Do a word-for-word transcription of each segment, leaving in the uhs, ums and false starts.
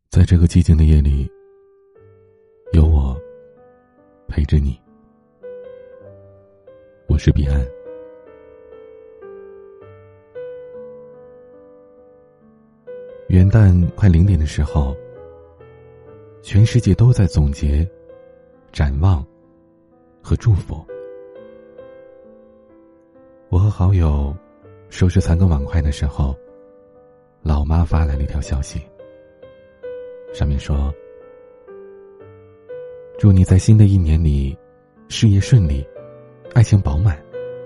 在这个寂静的夜里，有我陪着你。我是彼岸。元旦快零点的时候，全世界都在总结、展望和祝福。我和好友收拾残羹碗筷的时候，老妈发来了一条消息，上面说：祝你在新的一年里事业顺利，爱情饱满。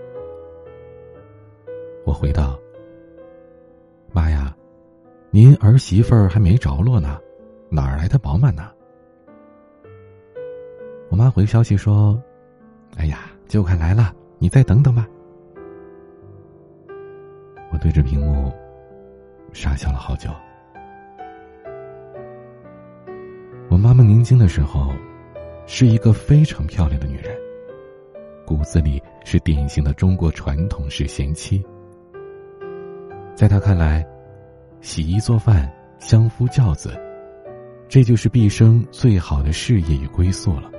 我回道：妈呀，您儿媳妇儿还没着落呢，哪儿来的饱满呢？我妈回消息说：哎呀，就快来了，你再等等吧。我对着屏幕傻笑了好久。我妈妈年轻的时候是一个非常漂亮的女人，骨子里是典型的中国传统式贤妻。在她看来，洗衣做饭、相夫教子，这就是毕生最好的事业与归宿了。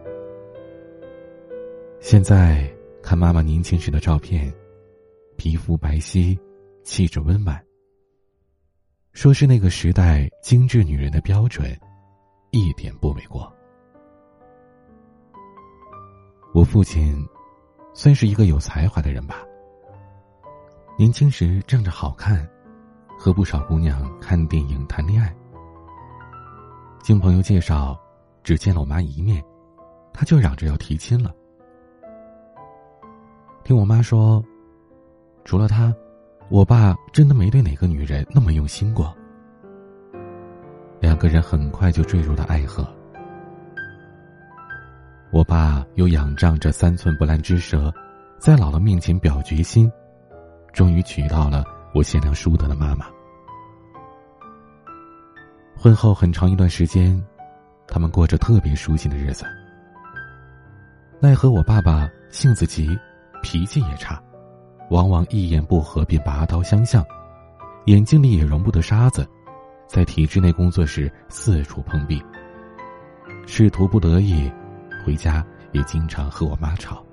现在看妈妈年轻时的照片，皮肤白皙，气质温婉，说是那个时代精致女人的标准，一点不为过。我父亲算是一个有才华的人吧，年轻时仗着好看，和不少姑娘看电影谈恋爱。经朋友介绍，只见了我妈一面，他就嚷着要提亲了。听我妈说，除了他，我爸真的没对哪个女人那么用心过。两个人很快就坠入了爱河。我爸又仰仗着三寸不烂之舌，在姥姥面前表决心，终于娶到了我贤良淑德的妈妈。婚后很长一段时间，他们过着特别舒心的日子。奈何我爸爸性子急，脾气也差，往往一言不合便拔刀相向，眼睛里也容不得沙子，在体制内工作时四处碰壁。仕途不得意，回家也经常和我妈吵。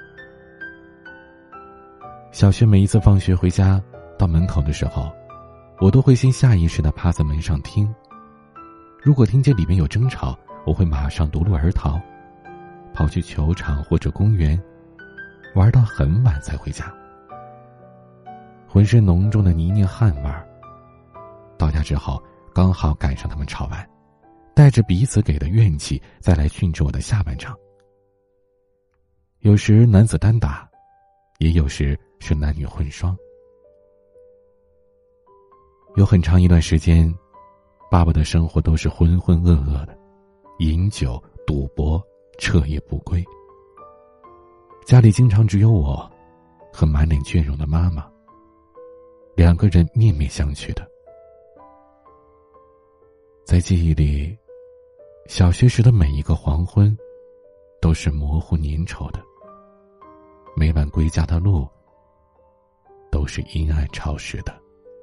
小学每一次放学回家，到门口的时候，我都会先下意识地趴在门上听。如果听见里面有争吵，我会马上夺路而逃，跑去球场或者公园，玩到很晚才回家。浑身浓重的泥泞汗味儿，到家之后刚好赶上他们吵完，带着彼此给的怨气再来训斥我的下半场。有时男子单打，也有时是男女混双。有很长一段时间，爸爸的生活都是浑浑噩噩的，饮酒、赌博、彻夜不归。家里经常只有我和满脸倦容的妈妈，两个人面面相觑的。在记忆里，小学时的每一个黄昏都是模糊粘稠的，每晚归家的路都是阴暗潮湿的。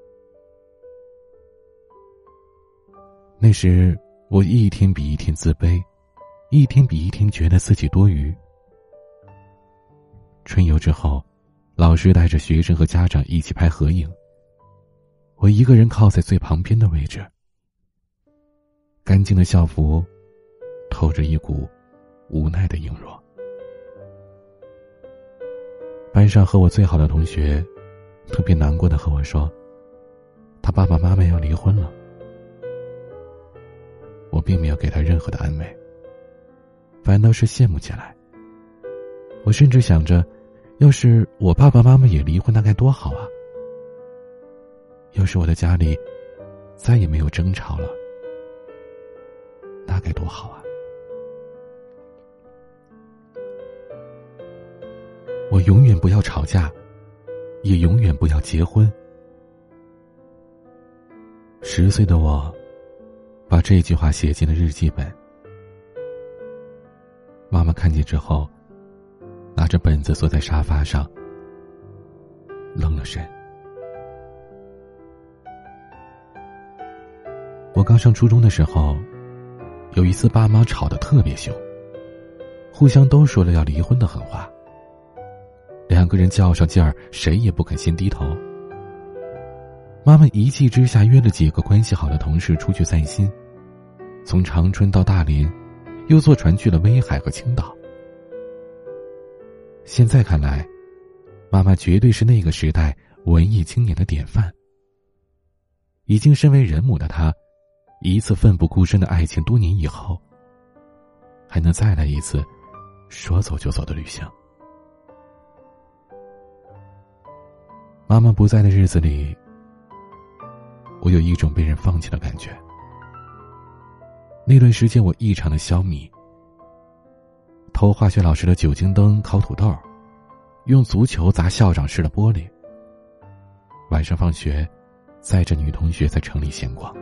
那时我一天比一天自卑，一天比一天觉得自己多余。春游之后，老师带着学生和家长一起拍合影，我一个人靠在最旁边的位置。干净的校服透着一股无奈的羸弱。班上和我最好的同学特别难过的和我说，他爸爸妈妈要离婚了。我并没有给他任何的安慰，反倒是羡慕起来。我甚至想着，要是我爸爸妈妈也离婚，那该多好啊！要是我的家里再也没有争吵了，那该多好啊！我永远不要吵架，也永远不要结婚。十岁的我把这句话写进了日记本。妈妈看见之后，拿着本子坐在沙发上，愣了神。 我刚上初中的时候，有一次爸妈吵得特别凶，互相都说了要离婚的狠话。两个人较上劲儿，谁也不肯先低头。妈妈一气之下约了几个关系好的同事出去散心，从长春到大连，又坐船去了威海和青岛。现在看来，妈妈绝对是那个时代文艺青年的典范。已经身为人母的她，一次奋不顾身的爱情，多年以后还能再来一次说走就走的旅行。妈妈不在的日子里，我有一种被人放弃的感觉。那段时间我异常的消弭，偷化学老师的酒精灯烤土豆，用足球砸校长室的玻璃，晚上放学载着女同学在城里闲逛。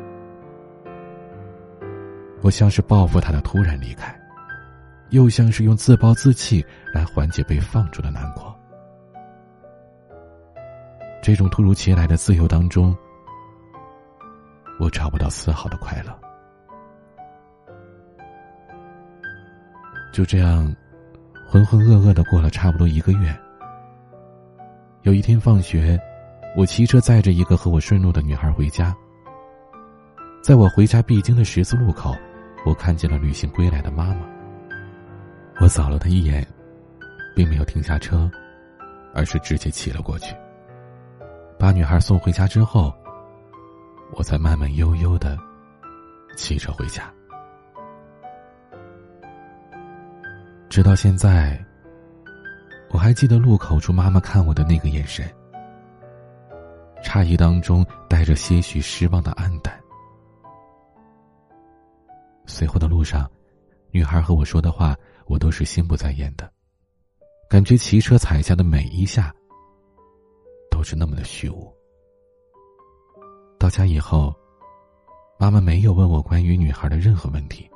我像是报复她的突然离开，又像是用自暴自弃来缓解被放逐的难过。这种突如其来的自由当中，我找不到丝毫的快乐。就这样浑浑噩噩地过了差不多一个月。有一天放学，我骑车载着一个和我顺路的女孩回家。在我回家必经的十字路口，我看见了旅行归来的妈妈。我扫了她一眼，并没有停下车，而是直接骑了过去。把女孩送回家之后，我才慢慢悠悠地骑车回家。直到现在，我还记得路口处妈妈看我的那个眼神，诧异当中带着些许失望的黯淡。随后的路上，女孩和我说的话，我都是心不在焉的，感觉骑车踩下的每一下都是那么的虚无。到家以后，妈妈没有问我关于女孩的任何问题。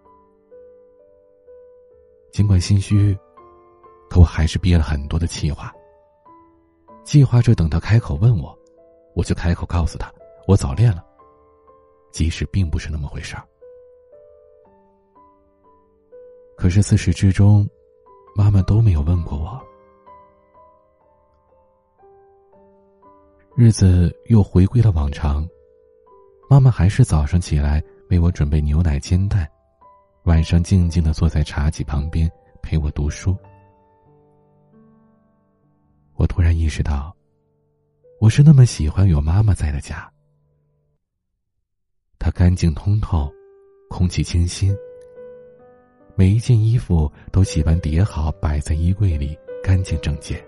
尽管心虚，可我还是憋了很多的气话，计划着等她开口问我，我就开口告诉她我早恋了，即使并不是那么回事儿。可是自始至终，妈妈都没有问过我。日子又回归了往常，妈妈还是早上起来为我准备牛奶煎蛋，晚上静静地坐在茶几旁边陪我读书。我突然意识到，我是那么喜欢有妈妈在的家。它干净通透，空气清新，每一件衣服都洗完叠好摆在衣柜里，干净整洁。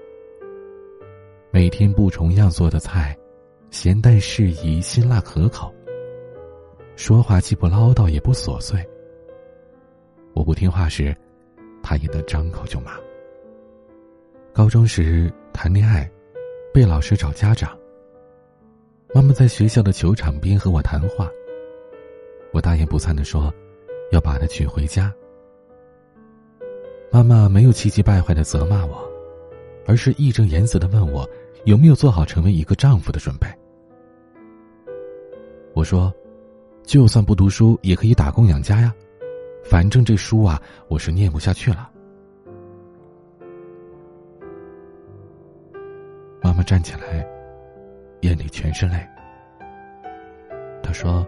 每天不重样做的菜，咸淡适宜，辛辣可口。说话既不唠叨也不琐碎。我不听话时，他也能张口就骂。高中时谈恋爱，被老师找家长。妈妈在学校的球场边和我谈话，我大言不惭地说要把她娶回家。妈妈没有气急败坏地责骂我，而是义正言辞地问我有没有做好成为一个丈夫的准备。我说，就算不读书也可以打工养家呀，反正这书啊，我是念不下去了。妈妈站起来，眼里全是泪。她说，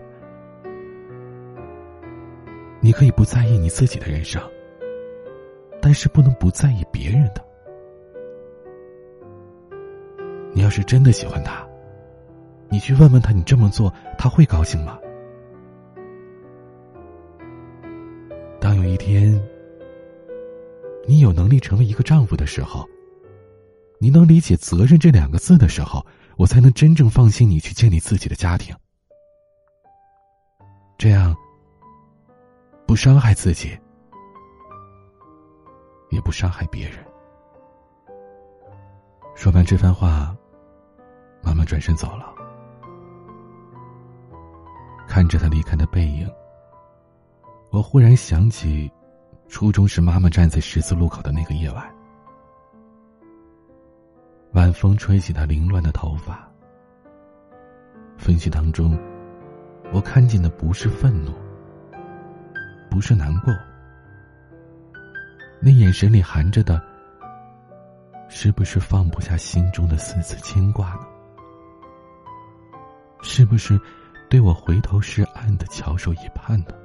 你可以不在意你自己的人生，但是不能不在意别人的。你要是真的喜欢他，你去问问他，你这么做他会高兴吗？当有一天你有能力成为一个丈夫的时候，你能理解责任这两个字的时候，我才能真正放心你去建立自己的家庭。这样不伤害自己，也不伤害别人。说完这番话，妈妈转身走了。看着她离开的背影，我忽然想起初中时妈妈站在十字路口的那个夜晚。晚风吹起她凌乱的头发，缝隙当中我看见的不是愤怒，不是难过，那眼神里含着的，是不是放不下心中的丝丝牵挂呢？是不是对我回头是岸的翘首以盼呢？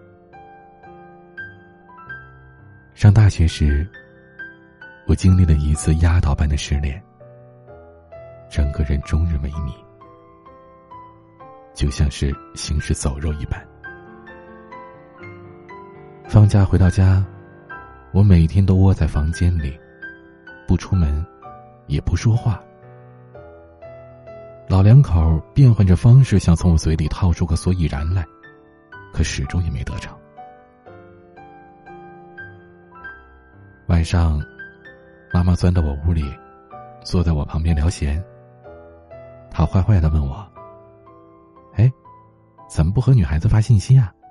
上大学时，我经历了一次压倒般的失恋，整个人终日萎靡，就像是行尸走肉一般。放假回到家，我每天都窝在房间里，不出门，也不说话。老两口变换着方式想从我嘴里套出个所以然来，可始终也没得逞。晚上，妈妈钻到我屋里，坐在我旁边聊闲。她坏坏地问我：“哎，怎么不和女孩子发信息啊？”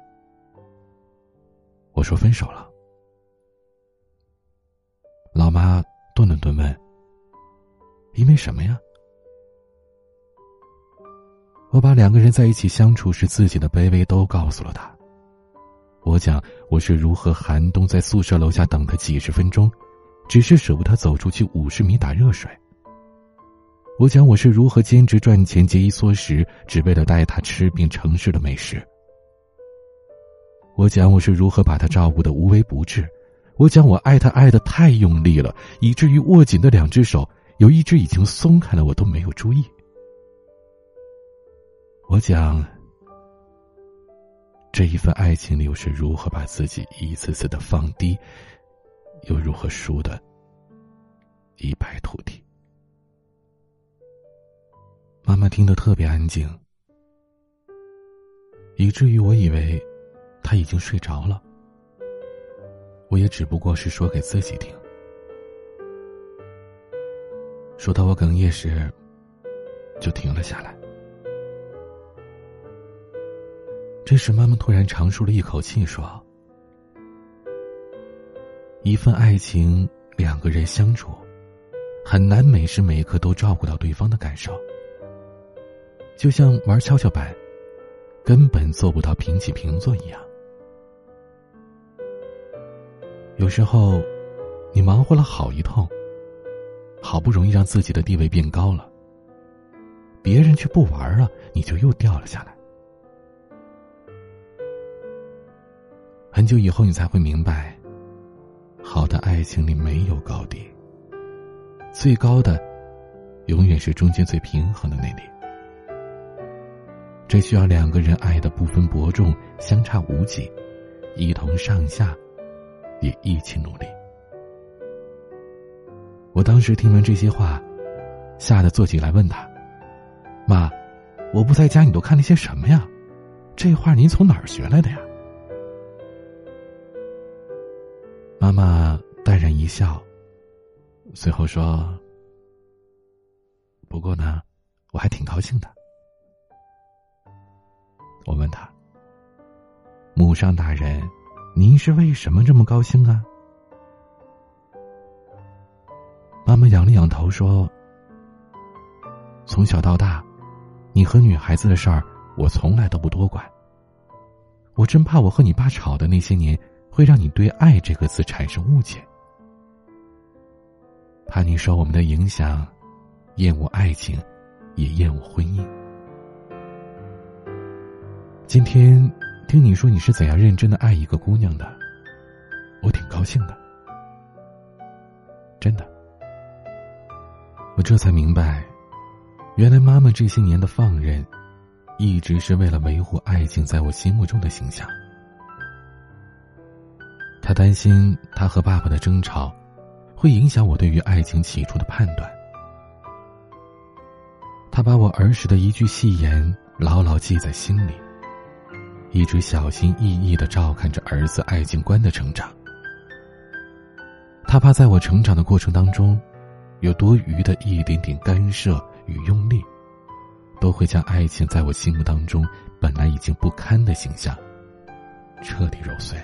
我说分手了。老妈顿了顿问：“因为什么呀？”我把两个人在一起相处时自己的卑微都告诉了她。我讲我是如何寒冬在宿舍楼下等他几十分钟，只是舍不得走出去五十米打热水。我讲我是如何兼职赚钱节衣缩食，只为了带他吃遍城市的美食。我讲我是如何把他照顾得无微不至。我讲我爱他爱得太用力了，以至于握紧的两只手有一只已经松开了，我都没有注意。我讲这一份爱情里我是如何把自己一次次的放低，又如何输得一败涂地。妈妈听得特别安静，以至于我以为她已经睡着了。我也只不过是说给自己听。说到我哽咽时，就停了下来。这时妈妈突然长舒了一口气说：“一份爱情，两个人相处，很难每时每刻都照顾到对方的感受。就像玩跷跷板，根本做不到平起平坐一样。有时候，你忙活了好一通，好不容易让自己的地位变高了，别人却不玩了，你就又掉了下来。很久以后你才会明白，好的爱情里没有高低，最高的永远是中间最平衡的那里。这需要两个人爱的不分伯仲，相差无几，一同上下，也一起努力。我当时听完这些话，吓得坐起来问他：“妈，我不在家你都看了些什么呀？这话您从哪儿学来的呀？”妈妈淡然一笑，随后说：“不过呢，我还挺高兴的。”我问他：“母上大人，您是为什么这么高兴啊？”妈妈仰了仰头说：“从小到大，你和女孩子的事儿，我从来都不多管。我真怕我和你爸吵的那些年，会让你对爱这个字产生误解，怕你受我们的影响，厌恶爱情，也厌恶婚姻。今天听你说你是怎样认真的爱一个姑娘的，我挺高兴的，真的。我这才明白，原来妈妈这些年的放任，一直是为了维护爱情在我心目中的形象。她担心她和爸爸的争吵会影响我对于爱情起初的判断。她把我儿时的一句戏言牢牢记在心里，一直小心翼翼地照看着儿子爱情观的成长。她怕在我成长的过程当中，有多余的一点点干涉与用力，都会将爱情在我心目当中本来已经不堪的形象彻底揉碎了。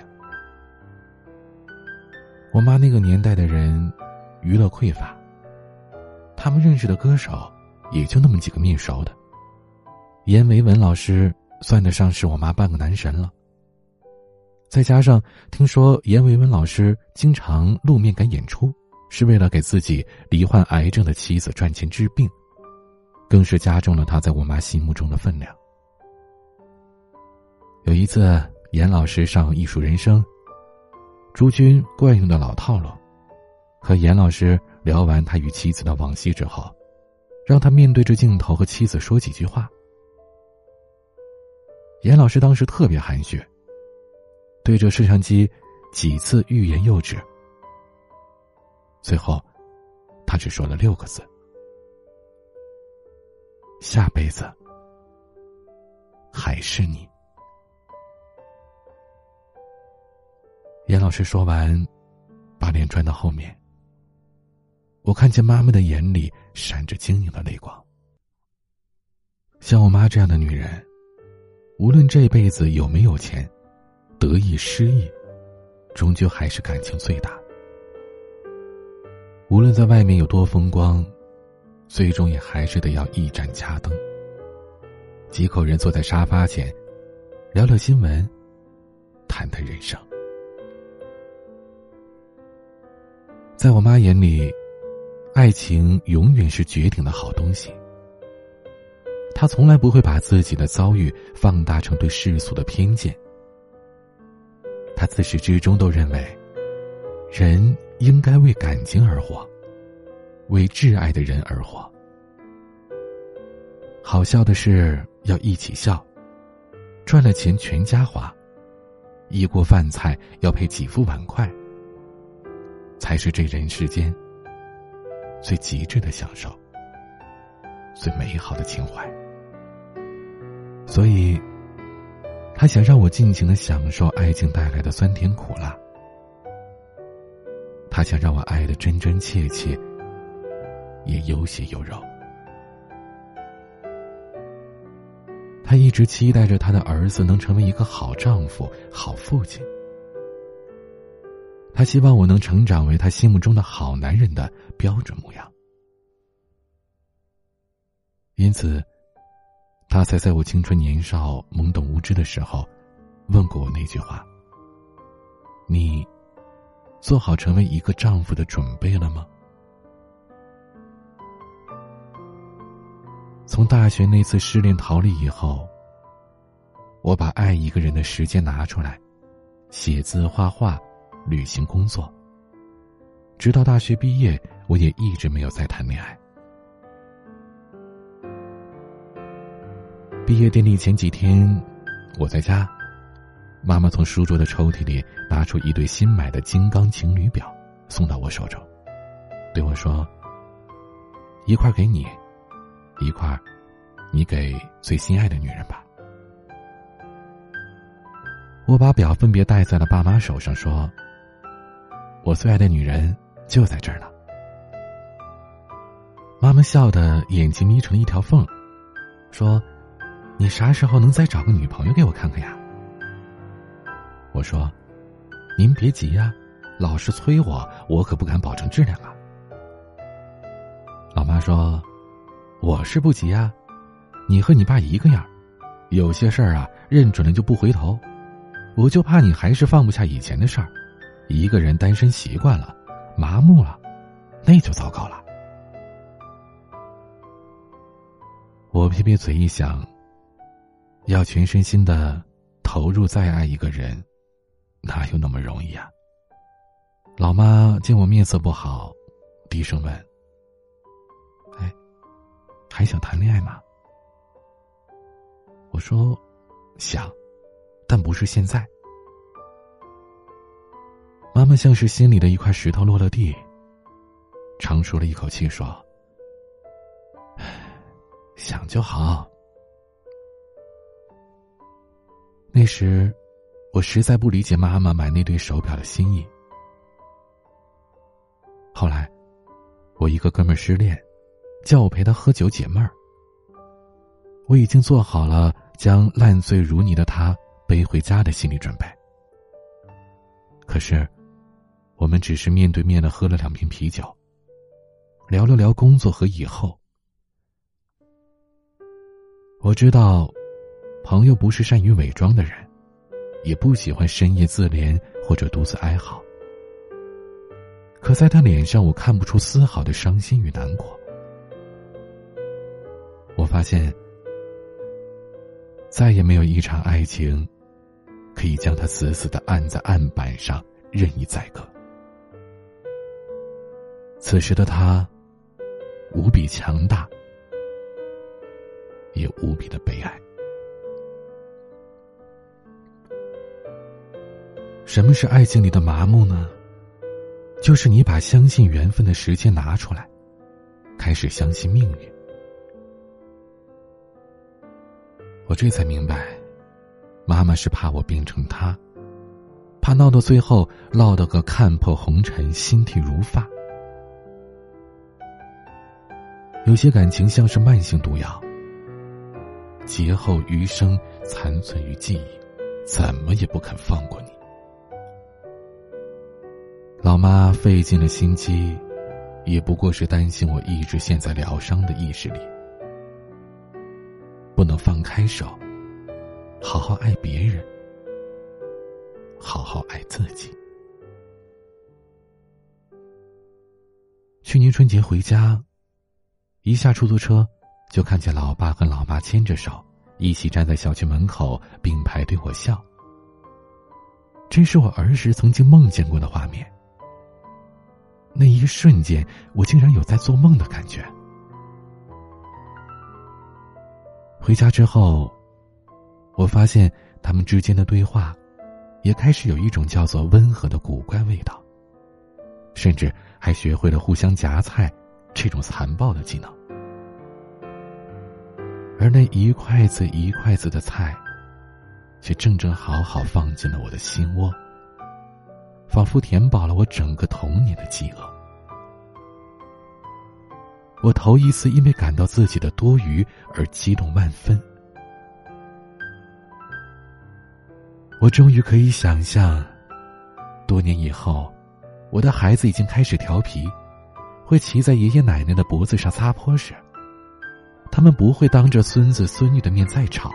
我妈那个年代的人娱乐匮乏，他们认识的歌手也就那么几个面熟的，阎维文老师、 算得上是我妈半个男神了。再加上听说严维文老师经常露面赶演出，是为了给自己罹患癌症的妻子赚钱治病，更是加重了他在我妈心目中的分量。有一次严老师上艺术人生，朱军惯用的老套路，和严老师聊完他与妻子的往昔之后，让他面对着镜头和妻子说几句话。严老师当时特别含蓄，对着摄像机几次欲言又止，最后他只说了六个字：下辈子还是你。严老师说完，把脸转到后面，我看见妈妈的眼里闪着晶莹的泪光。像我妈这样的女人，无论这辈子有没有钱，得意失意，终究还是感情最大。无论在外面有多风光，最终也还是得要一盏家灯。几口人坐在沙发前，聊聊新闻，谈谈人生。在我妈眼里，爱情永远是绝顶的好东西。她从来不会把自己的遭遇放大成对世俗的偏见。她自始至终都认为，人应该为感情而活，为挚爱的人而活。好笑的事要一起笑，赚了钱全家花，一锅饭菜要配几副碗筷，才是这人世间最极致的享受，最美好的情怀。所以他想让我尽情地享受爱情带来的酸甜苦辣，他想让我爱得真真切切，也有血有肉。他一直期待着他的儿子能成为一个好丈夫、好父亲。他希望我能成长为他心目中的好男人的标准模样。因此他才在我青春年少懵懂无知的时候问过我那句话：你做好成为一个丈夫的准备了吗？从大学那次失恋逃离以后，我把爱一个人的时间拿出来，写字、画画、旅行、工作，直到大学毕业，我也一直没有再谈恋爱。毕业典礼前几天，我在家，妈妈从书桌的抽屉里拿出一对新买的金刚情侣表，送到我手中，对我说：一块给你，一块你给最心爱的女人吧。我把表分别戴在了爸妈手上，说：我最爱的女人就在这儿呢。妈妈笑得眼睛眯成了一条缝，说：你啥时候能再找个女朋友给我看看呀？我说：您别急呀，老是催我，我可不敢保证质量啊。老妈说：我是不急呀，你和你爸一个样，有些事儿啊认准了就不回头，我就怕你还是放不下以前的事儿，一个人单身习惯了，麻木了，那就糟糕了。我撇撇嘴一想，要全身心的投入再爱一个人，哪有那么容易啊？老妈见我面色不好，低声问：哎，还想谈恋爱吗？我说：想，但不是现在。妈妈像是心里的一块石头落了地，长舒了一口气说：想就好。那时我实在不理解妈妈买那对手表的心意。后来我一个哥们儿失恋，叫我陪他喝酒解闷儿，我已经做好了将烂醉如泥的他背回家的心理准备。可是我们只是面对面的喝了两瓶啤酒，聊了聊工作和以后。我知道朋友不是善于伪装的人，也不喜欢深夜自怜或者独自哀嚎。可在他脸上，我看不出丝毫的伤心与难过。我发现，再也没有一场爱情可以将他死死地按在案板上，任意宰割。此时的他，无比强大，也无比的悲哀。什么是爱情里的麻木呢？就是你把相信缘分的时间拿出来，开始相信命运。我这才明白，妈妈是怕我变成她，怕闹到最后落得个看破红尘，心体如发。有些感情像是慢性毒药，劫后余生残存于记忆，怎么也不肯放过你。老妈费尽了心机，也不过是担心我一直陷在疗伤的意识里，不能放开手，好好爱别人，好好爱自己。去年春节回家，一下出租车就看见老爸和老妈牵着手，一起站在小区门口并排对我笑。这是我儿时曾经梦见过的画面。那一瞬间，我竟然有在做梦的感觉。回家之后，我发现他们之间的对话也开始有一种叫做温和的古怪味道，甚至还学会了互相夹菜这种残暴的技能。而那一筷子一筷子的菜，却正正好好放进了我的心窝，仿佛填饱了我整个童年的饥饿。我头一次因为感到自己的多余而激动万分。我终于可以想象，多年以后，我的孩子已经开始调皮，会骑在爷爷奶奶的脖子上撒泼时，他们不会当着孙子孙女的面再吵，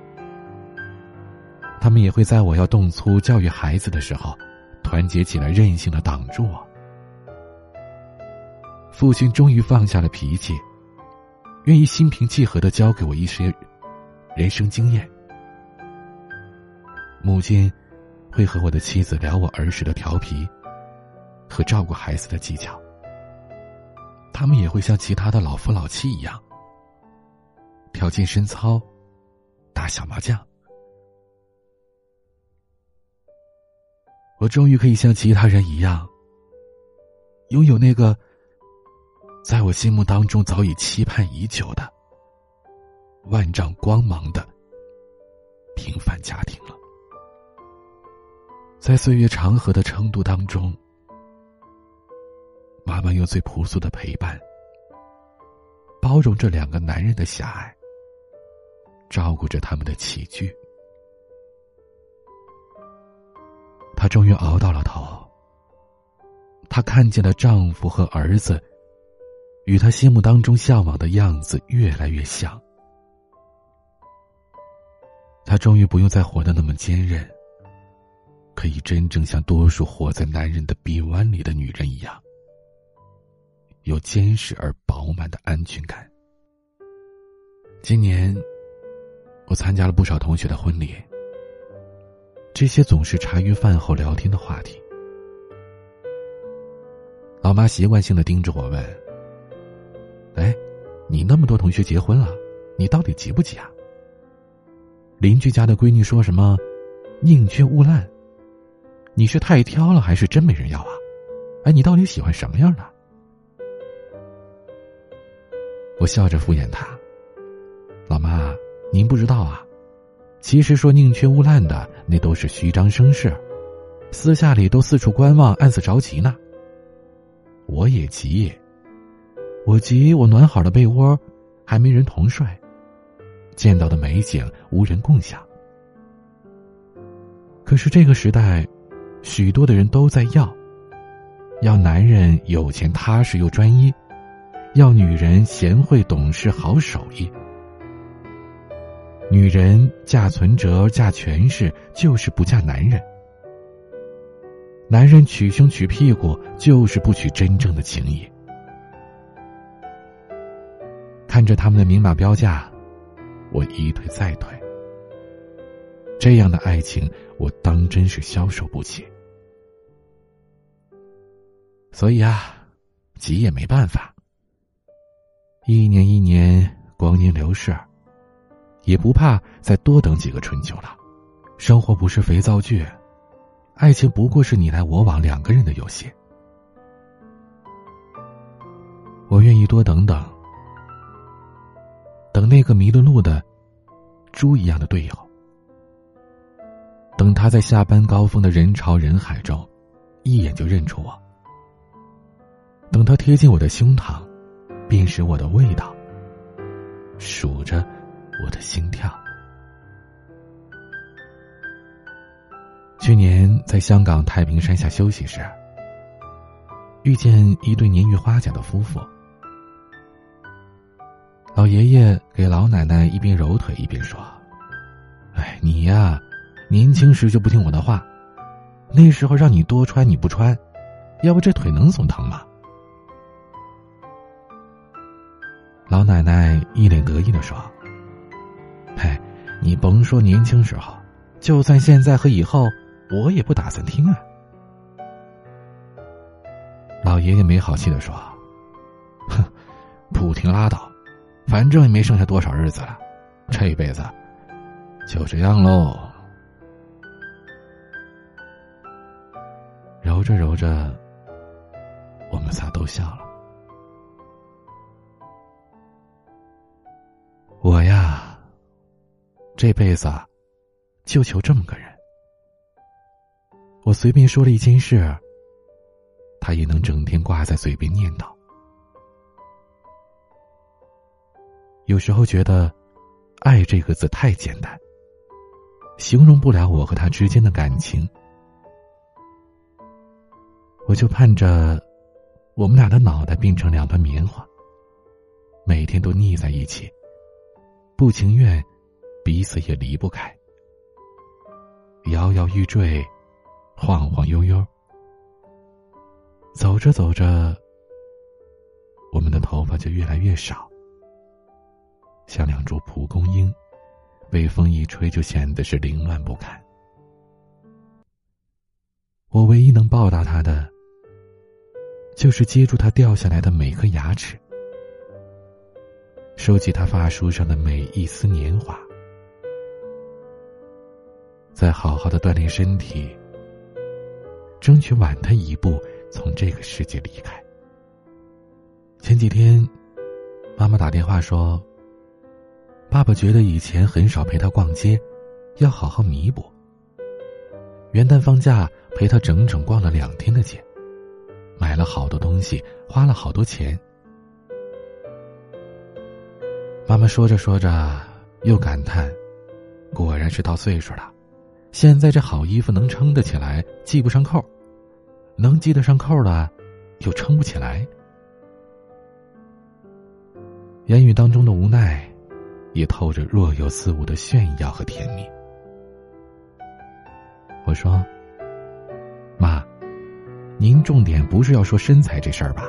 他们也会在我要动粗教育孩子的时候，团结起来任性的挡住我。父亲终于放下了脾气，愿意心平气和地教给我一些人生经验。母亲会和我的妻子聊我儿时的调皮和照顾孩子的技巧，他们也会像其他的老夫老妻一样，跳健身操，打小麻将。我终于可以像其他人一样，拥有那个在我心目当中早已期盼已久的万丈光芒的平凡家庭了。在岁月长河的撑渡当中，妈妈用最朴素的陪伴，包容着两个男人的狭隘，照顾着他们的起居。她终于熬到了头，她看见了丈夫和儿子与她心目当中向往的样子越来越像。她终于不用再活得那么坚韧，可以真正像多数活在男人的臂弯里的女人一样，有坚实而饱满的安全感。今年我参加了不少同学的婚礼，这些总是茶余饭后聊天的话题。老妈习惯性地盯着我问，哎，你那么多同学结婚了，你到底急不急啊？邻居家的闺女说什么宁缺毋滥，你是太挑了还是真没人要啊？哎，你到底喜欢什么样的？我笑着敷衍她，老妈，您不知道啊，其实说宁缺毋滥的那都是虚张声势，私下里都四处观望，暗自着急呢。我也急，我急我暖好的被窝还没人同睡，见到的美景无人共享。可是这个时代，许多的人都在要要男人有钱踏实又专一，要女人贤惠懂事好手艺。 女人嫁存折嫁权势，就是不嫁男人。男人娶胸娶屁股，就是不娶真正的情谊。看着他们的明码标价，我一退再退。这样的爱情，我当真是消受不起。所以啊，急也没办法。一年一年，光阴流逝，也不怕再多等几个春秋了。生活不是肥皂剧，爱情不过是你来我往两个人的游戏。我愿意多等等，等那个迷了路的猪一样的队友，等他在下班高峰的人潮人海中一眼就认出我，等他贴近我的胸膛，辨识我的味道，数着我的心跳。去年在香港太平山下休息时，遇见一对年逾花甲的夫妇。老爷爷给老奶奶一边揉腿一边说：“哎，你呀，年轻时就不听我的话，那时候让你多穿你不穿，要不这腿能松疼吗？”老奶奶一脸得意地说：“嘿，你甭说年轻时候，就算现在和以后，我也不打算听啊。”老爷爷没好气地说：“哼，不听拉倒，反正也没剩下多少日子了，这辈子就这样喽。”揉着揉着，我们仨都笑了。我呀，这辈子就求这么个人。我随便说了一件事，他也能整天挂在嘴边念叨。有时候觉得爱这个字太简单，形容不了我和他之间的感情。我就盼着我们俩的脑袋变成两团棉花，每天都腻在一起，不情愿彼此也离不开，摇摇欲坠，晃晃悠悠。走着走着，我们的头发就越来越少，像两株蒲公英，被风一吹就显得是凌乱不堪。我唯一能报答他的，就是接住他掉下来的每颗牙齿，收集他发梳上的每一丝年华，再好好的锻炼身体，争取晚他一步从这个世界离开。前几天妈妈打电话说，爸爸觉得以前很少陪他逛街，要好好弥补。元旦放假陪他整整逛了两天的街，买了好多东西，花了好多钱。妈妈说着说着又感叹，果然是到岁数了，现在这好衣服能撑得起来，系不上扣，能系得上扣的又撑不起来。言语当中的无奈，也透着若有似无的炫耀和甜蜜。我说，妈，您重点不是要说身材这事儿吧？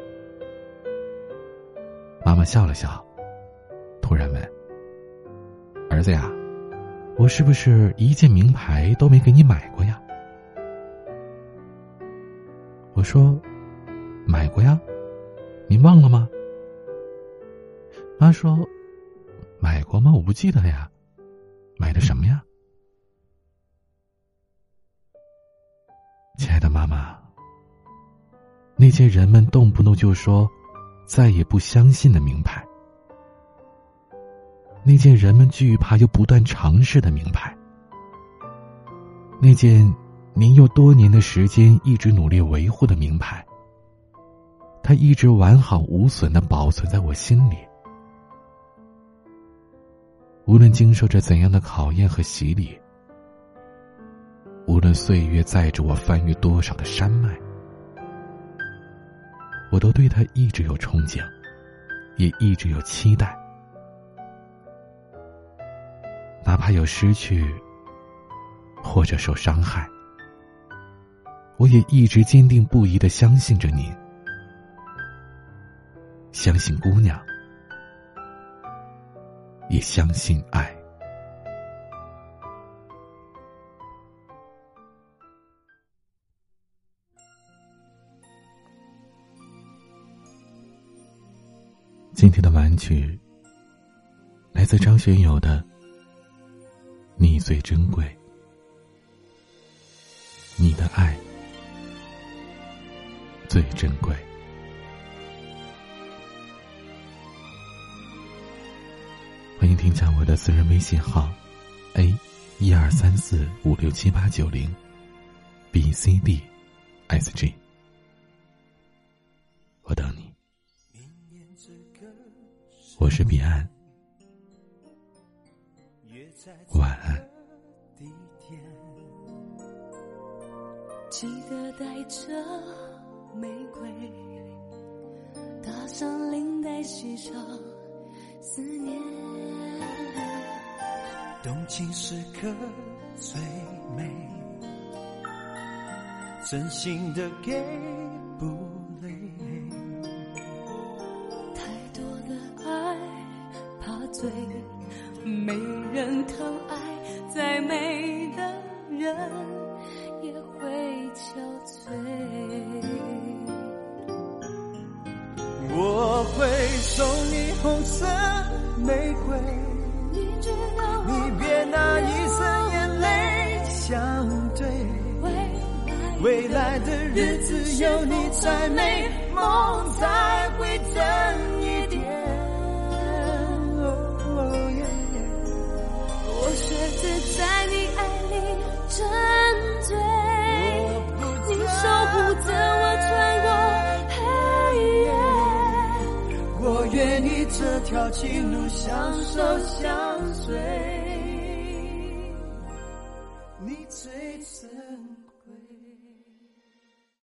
妈妈笑了笑，突然问，儿子呀，我是不是一件名牌都没给你买过呀？我说，买过呀，您忘了吗？妈说，买过吗？我不记得了呀。买的什么呀？亲爱的妈妈，那件人们动不动就说再也不相信的名牌，那件人们惧怕又不断尝试的名牌，那件您用多年的时间一直努力维护的名牌，它一直完好无损地保存在我心里。无论经受着怎样的考验和洗礼，无论岁月载着我翻越多少的山脉，我都对它一直有憧憬，也一直有期待。 哪怕有失去或者受伤害，我也一直坚定不移地相信着你，相信姑娘，也相信爱。今天的晚曲来自张学友的《你最珍贵》，你的爱最珍贵。欢迎添加我的私人微信号 A 一二三四五六七八九零 B C D S G， 我等你。我是彼岸，晚安。 记得带着玫瑰，搭上领带，系上思念。 动情时刻最美，真心的给不累。 太多的爱怕醉，没人疼爱，再美的人也会憔悴。 我会送你红色玫瑰， 你知道你别拿一生眼泪相对，未来的日子有你才美，梦才会真一点。 我学着在你爱里沉醉，你守护着我穿过黑夜， 我愿意这条情路相守相随，你最珍贵。